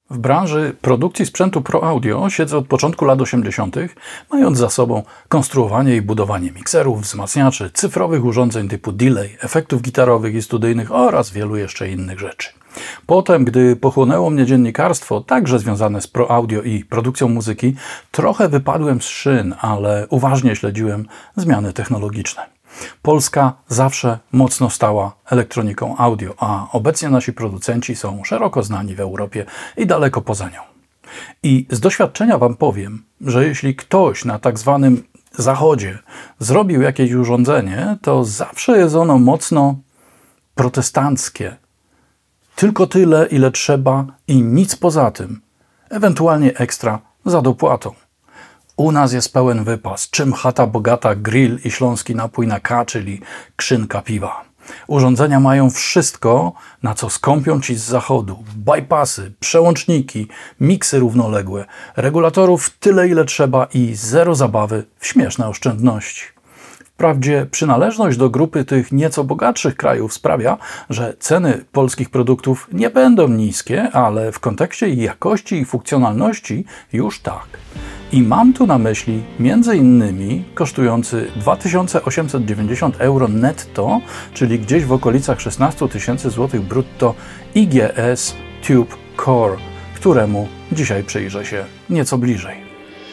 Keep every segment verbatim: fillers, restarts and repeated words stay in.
W branży produkcji sprzętu Pro Audio siedzę od początku lat osiemdziesiątych, mając za sobą konstruowanie i budowanie mikserów, wzmacniaczy, cyfrowych urządzeń typu delay, efektów gitarowych i studyjnych oraz wielu jeszcze innych rzeczy. Potem, gdy pochłonęło mnie dziennikarstwo, także związane z Pro Audio i produkcją muzyki, trochę wypadłem z szyn, ale uważnie śledziłem zmiany technologiczne. Polska zawsze mocno stała elektroniką audio, a obecnie nasi producenci są szeroko znani w Europie i daleko poza nią. I z doświadczenia Wam powiem, że jeśli ktoś na tak zwanym zachodzie zrobił jakieś urządzenie, to zawsze jest ono mocno protestanckie. Tylko tyle, ile trzeba i nic poza tym. Ewentualnie ekstra za dopłatą. U nas jest pełen wypas, czym chata bogata, grill i śląski napój na K, czyli krzynka piwa. Urządzenia mają wszystko, na co skąpią Ci z zachodu. Bypassy, przełączniki, miksy równoległe, regulatorów tyle ile trzeba i zero zabawy w śmieszne oszczędności. Wprawdzie przynależność do grupy tych nieco bogatszych krajów sprawia, że ceny polskich produktów nie będą niskie, ale w kontekście ich jakości i funkcjonalności już tak. I mam tu na myśli między innymi kosztujący dwa tysiące osiemset dziewięćdziesiąt euro netto, czyli gdzieś w okolicach szesnaście tysięcy złotych brutto I G S Tube Core, któremu dzisiaj przyjrzę się nieco bliżej.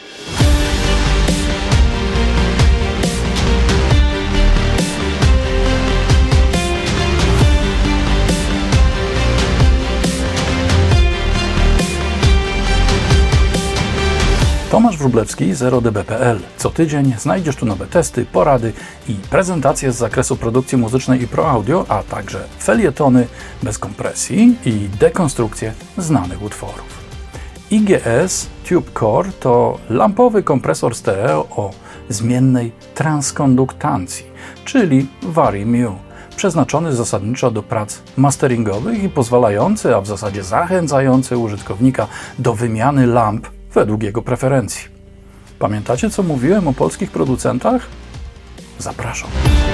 Tomasz Wróblewski, zero d b kropka p l. Co tydzień znajdziesz tu nowe testy, porady i prezentacje z zakresu produkcji muzycznej i Pro Audio, a także felietony bez kompresji i dekonstrukcje znanych utworów. I G S Tube Core to lampowy kompresor stereo o zmiennej transkonduktancji, czyli Vari-Mu, przeznaczony zasadniczo do prac masteringowych i pozwalający, a w zasadzie zachęcający użytkownika do wymiany lamp według jego preferencji. Pamiętacie, co mówiłem o polskich producentach? Zapraszam.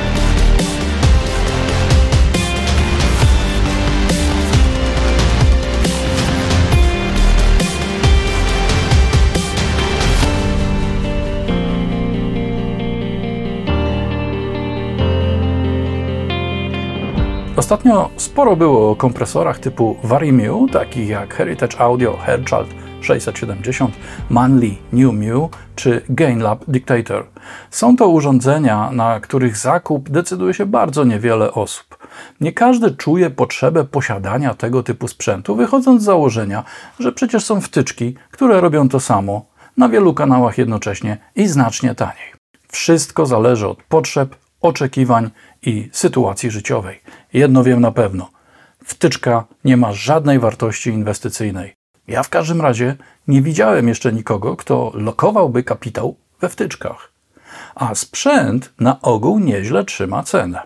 Ostatnio sporo było o kompresorach typu Vari-Mu, takich jak Heritage Audio, Fairchild sześćset siedemdziesiąt, Manley New Mu czy Gainlab Dictator. Są to urządzenia, na których zakup decyduje się bardzo niewiele osób. Nie każdy czuje potrzebę posiadania tego typu sprzętu, wychodząc z założenia, że przecież są wtyczki, które robią to samo na wielu kanałach jednocześnie i znacznie taniej. Wszystko zależy od potrzeb, oczekiwań i sytuacji życiowej. Jedno wiem na pewno. Wtyczka nie ma żadnej wartości inwestycyjnej. Ja w każdym razie nie widziałem jeszcze nikogo, kto lokowałby kapitał we wtyczkach. A sprzęt na ogół nieźle trzyma cenę.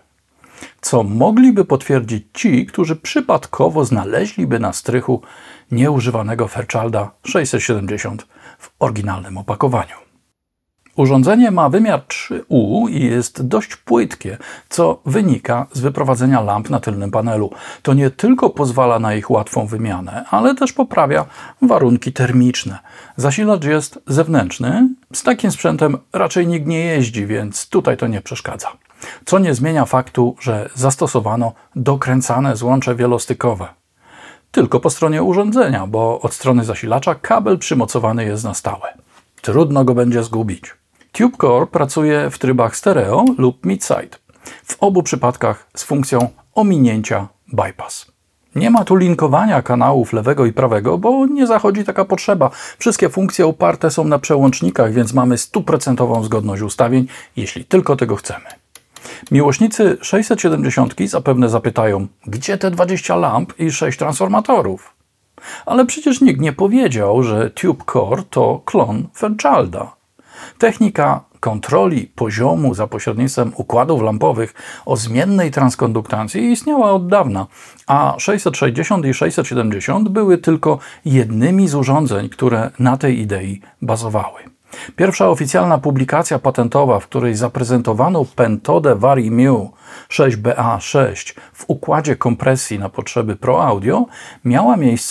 Co mogliby potwierdzić ci, którzy przypadkowo znaleźliby na strychu nieużywanego Fairchilda sześćset siedemdziesiąt w oryginalnym opakowaniu. Urządzenie ma wymiar trzy U i jest dość płytkie, co wynika z wyprowadzenia lamp na tylnym panelu. To nie tylko pozwala na ich łatwą wymianę, ale też poprawia warunki termiczne. Zasilacz jest zewnętrzny, z takim sprzętem raczej nikt nie jeździ, więc tutaj to nie przeszkadza. Co nie zmienia faktu, że zastosowano dokręcane złącze wielostykowe. Tylko po stronie urządzenia, bo od strony zasilacza kabel przymocowany jest na stałe. Trudno go będzie zgubić. TubeCore pracuje w trybach stereo lub mid-side. W obu przypadkach z funkcją ominięcia bypass. Nie ma tu linkowania kanałów lewego i prawego, bo nie zachodzi taka potrzeba. Wszystkie funkcje oparte są na przełącznikach, więc mamy stuprocentową zgodność ustawień, jeśli tylko tego chcemy. Miłośnicy sześćset siedemdziesiąt zapewne zapytają, gdzie te dwadzieścia lamp i sześć transformatorów? Ale przecież nikt nie powiedział, że TubeCore to klon Fairchilda. Technika kontroli poziomu za pośrednictwem układów lampowych o zmiennej transkonduktancji istniała od dawna, a sześćset sześćdziesiąt i sześćset siedemdziesiąt były tylko jednymi z urządzeń, które na tej idei bazowały. Pierwsza oficjalna publikacja patentowa, w której zaprezentowano pentodę Vari-Mu sześć B A sześć w układzie kompresji na potrzeby Pro Audio, miała miejsce w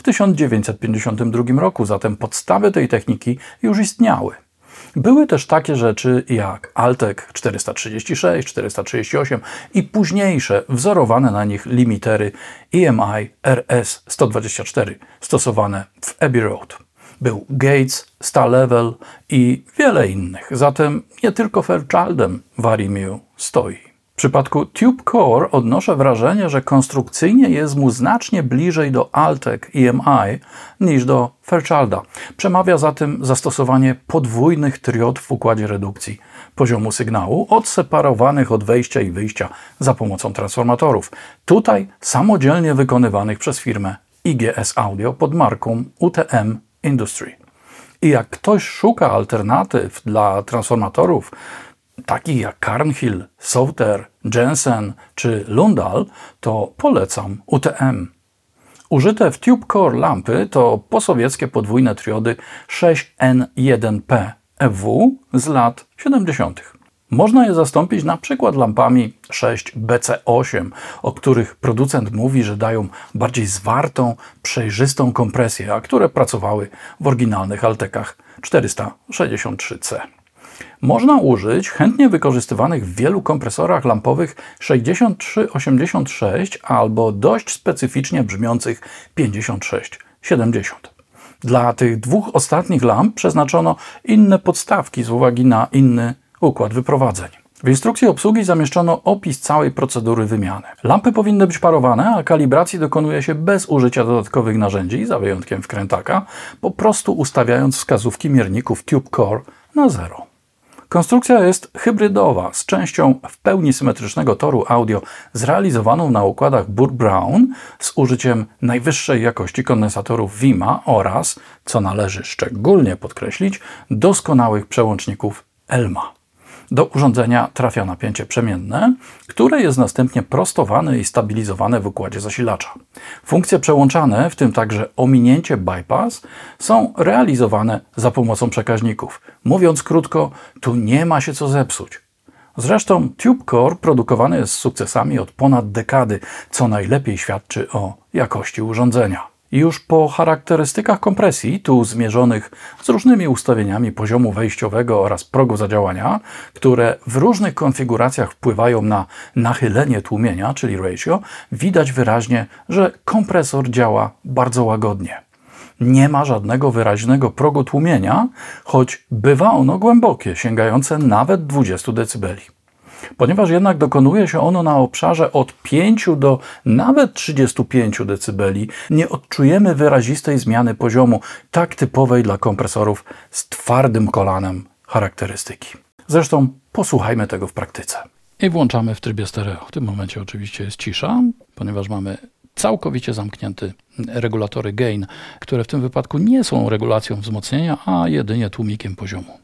w tysiąc dziewięćset pięćdziesiątym drugim roku, zatem podstawy tej techniki już istniały. Były też takie rzeczy jak Altec czterysta trzydzieści sześć, czterysta trzydzieści osiem i późniejsze wzorowane na nich limitery E M I R S sto dwadzieścia cztery stosowane w Abbey Road. Był Gates, Starlevel i wiele innych, zatem nie tylko Fairchildem Vari-Mu stoi. W przypadku TubeCore odnoszę wrażenie, że konstrukcyjnie jest mu znacznie bliżej do Altec E M I niż do Fairchilda. Przemawia za tym zastosowanie podwójnych triod w układzie redukcji poziomu sygnału, odseparowanych od wejścia i wyjścia za pomocą transformatorów. Tutaj samodzielnie wykonywanych przez firmę I G S Audio pod marką U T M Industry. I jak ktoś szuka alternatyw dla transformatorów, takich jak Carnhill, Sauter, Jensen czy Lundal, to polecam U T M. Użyte w TubeCore lampy to posowieckie podwójne triody sześć N jeden P F W z lat siedemdziesiątych. Można je zastąpić na przykład lampami sześć B C osiem, o których producent mówi, że dają bardziej zwartą, przejrzystą kompresję, a które pracowały w oryginalnych Altecach czterysta sześćdziesiąt trzy C. Można użyć chętnie wykorzystywanych w wielu kompresorach lampowych sześćdziesiąt trzy osiemdziesiąt sześć albo dość specyficznie brzmiących pięćdziesiąt sześć siedemdziesiąt. Dla tych dwóch ostatnich lamp przeznaczono inne podstawki z uwagi na inny układ wyprowadzeń. W instrukcji obsługi zamieszczono opis całej procedury wymiany. Lampy powinny być parowane, a kalibracji dokonuje się bez użycia dodatkowych narzędzi, za wyjątkiem wkrętaka, po prostu ustawiając wskazówki mierników TubeCore na zero. Konstrukcja jest hybrydowa, z częścią w pełni symetrycznego toru audio zrealizowaną na układach Burr-Brown z użyciem najwyższej jakości kondensatorów Wima oraz, co należy szczególnie podkreślić, doskonałych przełączników Elma. Do urządzenia trafia napięcie przemienne, które jest następnie prostowane i stabilizowane w układzie zasilacza. Funkcje przełączane, w tym także ominięcie bypass, są realizowane za pomocą przekaźników. Mówiąc krótko, tu nie ma się co zepsuć. Zresztą TubeCore produkowany jest z sukcesami od ponad dekady, co najlepiej świadczy o jakości urządzenia. Już po charakterystykach kompresji, tu zmierzonych z różnymi ustawieniami poziomu wejściowego oraz progu zadziałania, które w różnych konfiguracjach wpływają na nachylenie tłumienia, czyli ratio, widać wyraźnie, że kompresor działa bardzo łagodnie. Nie ma żadnego wyraźnego progu tłumienia, choć bywa ono głębokie, sięgające nawet dwadzieścia decybeli. Ponieważ jednak dokonuje się ono na obszarze od pięciu do nawet trzydziestu pięciu decybeli, nie odczujemy wyrazistej zmiany poziomu, tak typowej dla kompresorów z twardym kolanem charakterystyki. Zresztą posłuchajmy tego w praktyce. I włączamy w trybie stereo. W tym momencie oczywiście jest cisza, ponieważ mamy całkowicie zamknięty regulatory gain, które w tym wypadku nie są regulacją wzmocnienia, a jedynie tłumikiem poziomu.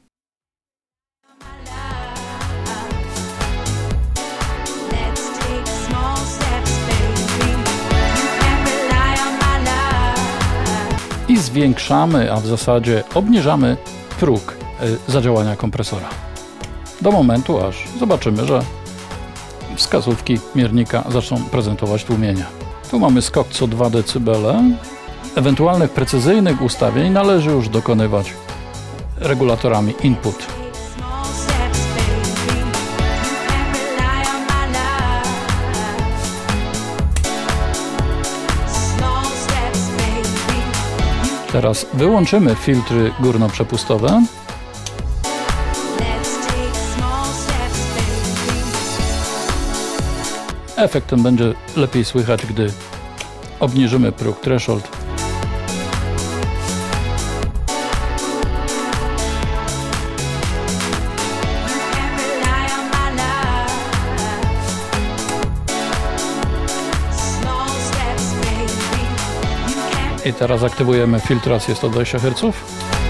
I zwiększamy, a w zasadzie obniżamy próg zadziałania kompresora. Do momentu, aż zobaczymy, że wskazówki miernika zaczną prezentować tłumienie. Tu mamy skok co dwa decybele. Ewentualnych precyzyjnych ustawień należy już dokonywać regulatorami input. Teraz wyłączymy filtry górnoprzepustowe. Efekt ten będzie lepiej słychać, gdy obniżymy próg threshold. I teraz aktywujemy filtrację sto dwadzieścia herców.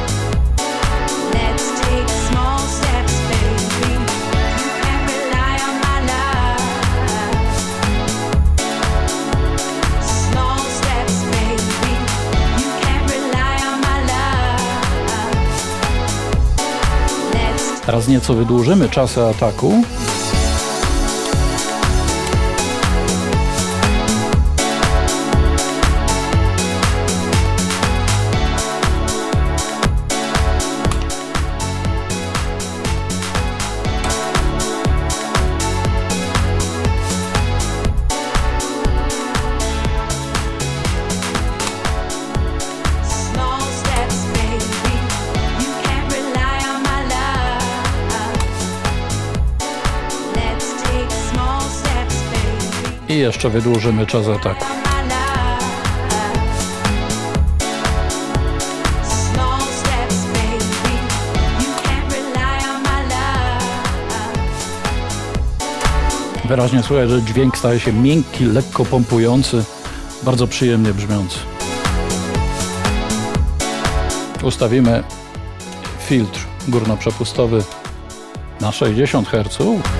Teraz nieco wydłużymy czasy ataku. I jeszcze wydłużymy czas ataku. Wyraźnie słychać, że dźwięk staje się miękki, lekko pompujący, bardzo przyjemnie brzmiący. Ustawimy filtr górnoprzepustowy na sześćdziesiąt herców.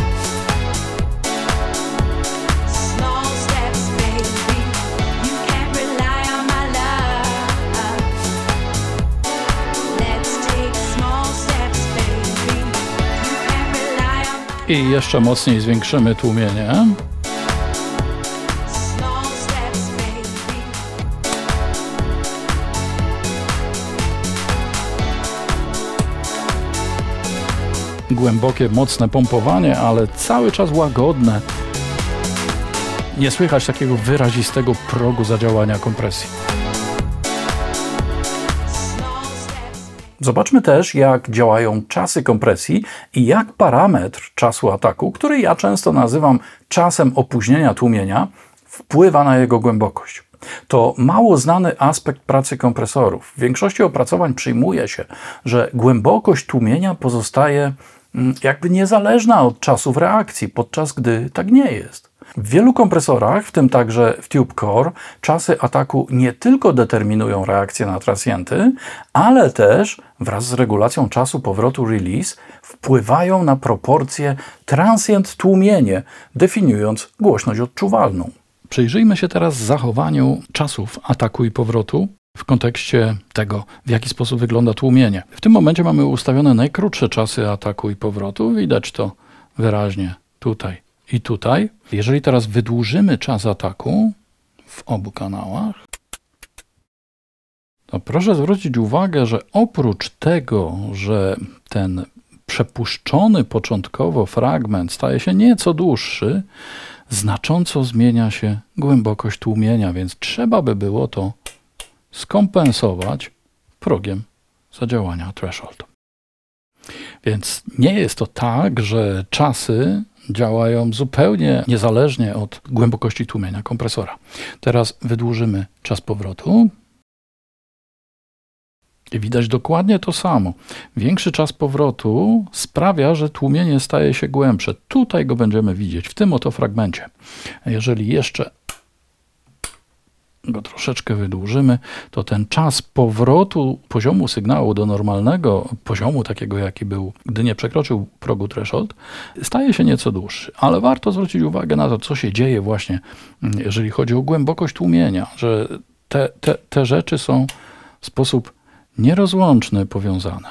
I jeszcze mocniej zwiększymy tłumienie. Głębokie, mocne pompowanie, ale cały czas łagodne. Nie słychać takiego wyrazistego progu zadziałania kompresji. Zobaczmy też, jak działają czasy kompresji i jak parametr czasu ataku, który ja często nazywam czasem opóźnienia tłumienia, wpływa na jego głębokość. To mało znany aspekt pracy kompresorów. W większości opracowań przyjmuje się, że głębokość tłumienia pozostaje jakby niezależna od czasów reakcji, podczas gdy tak nie jest. W wielu kompresorach, w tym także w TubeCore, czasy ataku nie tylko determinują reakcję na transienty, ale też wraz z regulacją czasu powrotu release wpływają na proporcje transient-tłumienie, definiując głośność odczuwalną. Przyjrzyjmy się teraz zachowaniu czasów ataku i powrotu w kontekście tego, w jaki sposób wygląda tłumienie. W tym momencie mamy ustawione najkrótsze czasy ataku i powrotu. Widać to wyraźnie tutaj i tutaj. Jeżeli teraz wydłużymy czas ataku w obu kanałach, to proszę zwrócić uwagę, że oprócz tego, że ten przepuszczony początkowo fragment staje się nieco dłuższy, znacząco zmienia się głębokość tłumienia, więc trzeba by było to skompensować progiem zadziałania threshold. Więc nie jest to tak, że czasy działają zupełnie niezależnie od głębokości tłumienia kompresora. Teraz wydłużymy czas powrotu. I widać dokładnie to samo. Większy czas powrotu sprawia, że tłumienie staje się głębsze. Tutaj go będziemy widzieć, w tym oto fragmencie. Jeżeli jeszcze go troszeczkę wydłużymy, to ten czas powrotu poziomu sygnału do normalnego poziomu, takiego jaki był, gdy nie przekroczył progu threshold, staje się nieco dłuższy. Ale warto zwrócić uwagę na to, co się dzieje właśnie, jeżeli chodzi o głębokość tłumienia, że te, te, te rzeczy są w sposób nierozłączny powiązane.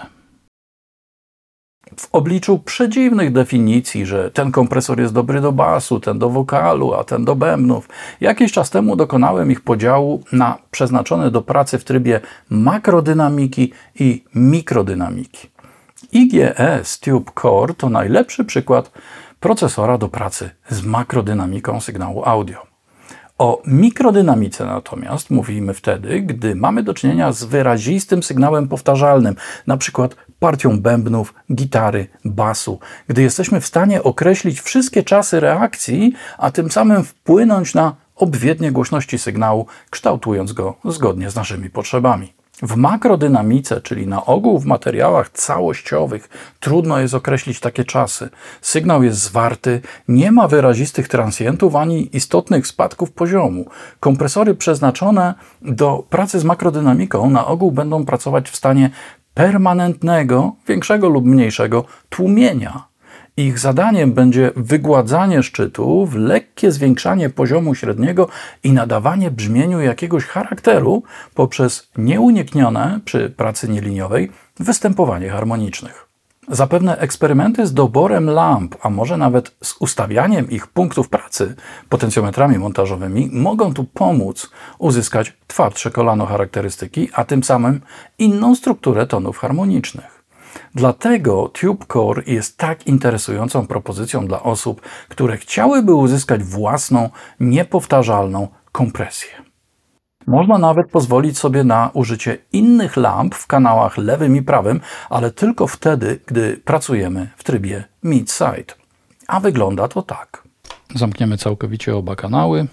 W obliczu przedziwnych definicji, że ten kompresor jest dobry do basu, ten do wokalu, a ten do bębnów, jakiś czas temu dokonałem ich podziału na przeznaczone do pracy w trybie makrodynamiki i mikrodynamiki. I G S TubeCore to najlepszy przykład procesora do pracy z makrodynamiką sygnału audio. O mikrodynamice natomiast mówimy wtedy, gdy mamy do czynienia z wyrazistym sygnałem powtarzalnym, na przykład partią bębnów, gitary, basu, gdy jesteśmy w stanie określić wszystkie czasy reakcji, a tym samym wpłynąć na odpowiednie głośności sygnału, kształtując go zgodnie z naszymi potrzebami. W makrodynamice, czyli na ogół w materiałach całościowych, trudno jest określić takie czasy. Sygnał jest zwarty, nie ma wyrazistych transientów ani istotnych spadków poziomu. Kompresory przeznaczone do pracy z makrodynamiką na ogół będą pracować w stanie permanentnego, większego lub mniejszego tłumienia. Ich zadaniem będzie wygładzanie szczytów, lekkie zwiększanie poziomu średniego i nadawanie brzmieniu jakiegoś charakteru poprzez nieuniknione przy pracy nieliniowej występowanie harmonicznych. Zapewne eksperymenty z doborem lamp, a może nawet z ustawianiem ich punktów pracy potencjometrami montażowymi mogą tu pomóc uzyskać twardsze kolano charakterystyki, a tym samym inną strukturę tonów harmonicznych. Dlatego TubeCore jest tak interesującą propozycją dla osób, które chciałyby uzyskać własną, niepowtarzalną kompresję. Można nawet pozwolić sobie na użycie innych lamp w kanałach lewym i prawym, ale tylko wtedy, gdy pracujemy w trybie mid-side. A wygląda to tak. Zamkniemy całkowicie oba kanały.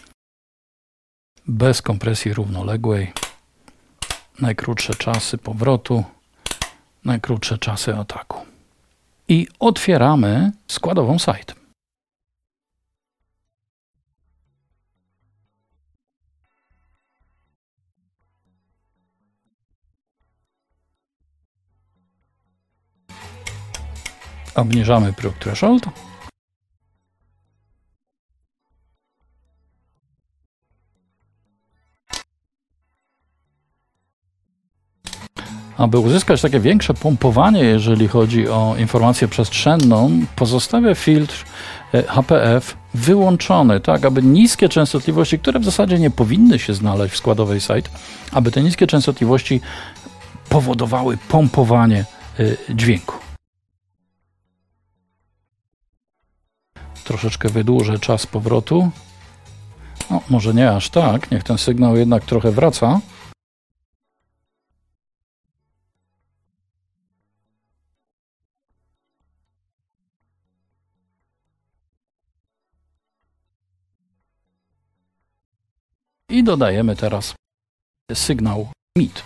Bez kompresji równoległej. Najkrótsze czasy powrotu, najkrótsze czasy ataku. I otwieramy składową site. Obniżamy próg threshold. Aby uzyskać takie większe pompowanie, jeżeli chodzi o informację przestrzenną, pozostawia filtr H P F wyłączony, tak, aby niskie częstotliwości, które w zasadzie nie powinny się znaleźć w składowej site, aby te niskie częstotliwości powodowały pompowanie dźwięku. Troszeczkę wydłużę czas powrotu. No, może nie aż tak, niech ten sygnał jednak trochę wraca. I dodajemy teraz sygnał mid.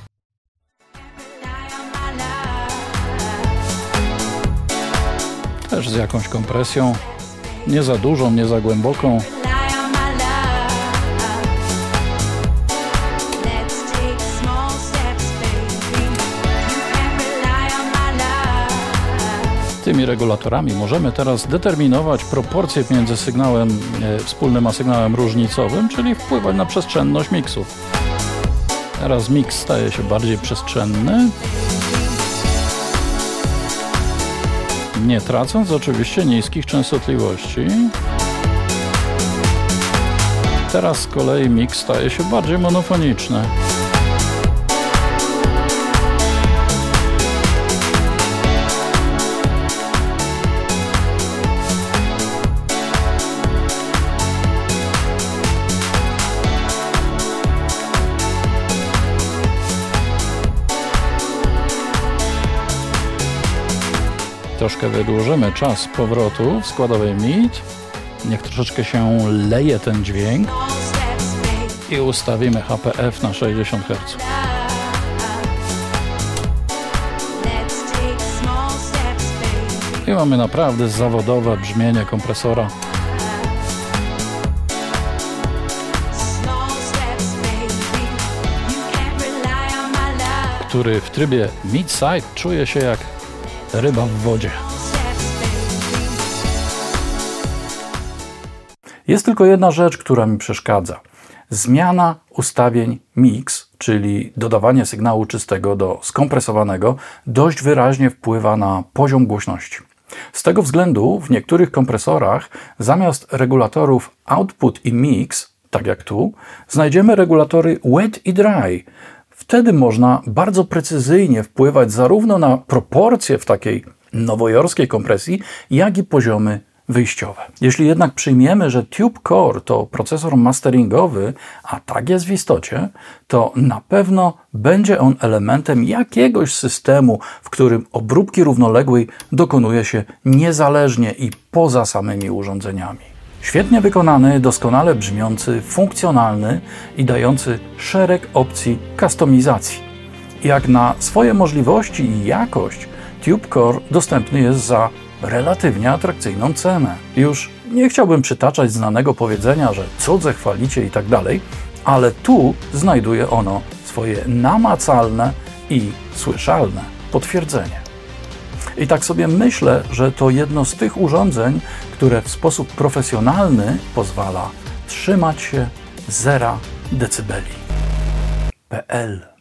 Też z jakąś kompresją, nie za dużą, nie za głęboką. Tymi regulatorami możemy teraz determinować proporcje między sygnałem e, wspólnym a sygnałem różnicowym, czyli wpływać na przestrzenność miksu. Teraz miks staje się bardziej przestrzenny, nie tracąc oczywiście niskich częstotliwości. Teraz z kolei miks staje się bardziej monofoniczny. Troszkę wydłużymy czas powrotu w składowej mid. Niech troszeczkę się leje ten dźwięk. I ustawimy H P F na sześćdziesiąt herców. I mamy naprawdę zawodowe brzmienie kompresora, który w trybie mid-side czuje się jak ryba w wodzie. Jest tylko jedna rzecz, która mi przeszkadza. Zmiana ustawień mix, czyli dodawanie sygnału czystego do skompresowanego, dość wyraźnie wpływa na poziom głośności. Z tego względu w niektórych kompresorach zamiast regulatorów output i mix, tak jak tu, znajdziemy regulatory wet i dry. Wtedy można bardzo precyzyjnie wpływać zarówno na proporcje w takiej nowojorskiej kompresji, jak i poziomy wyjściowe. Jeśli jednak przyjmiemy, że TubeCore to procesor masteringowy, a tak jest w istocie, to na pewno będzie on elementem jakiegoś systemu, w którym obróbki równoległej dokonuje się niezależnie i poza samymi urządzeniami. Świetnie wykonany, doskonale brzmiący, funkcjonalny i dający szereg opcji kustomizacji. Jak na swoje możliwości i jakość, TubeCore dostępny jest za relatywnie atrakcyjną cenę. Już nie chciałbym przytaczać znanego powiedzenia, że cudze chwalicie i tak dalej, ale tu znajduje ono swoje namacalne i słyszalne potwierdzenie. I tak sobie myślę, że to jedno z tych urządzeń, które w sposób profesjonalny pozwala trzymać się zera decybeli. P L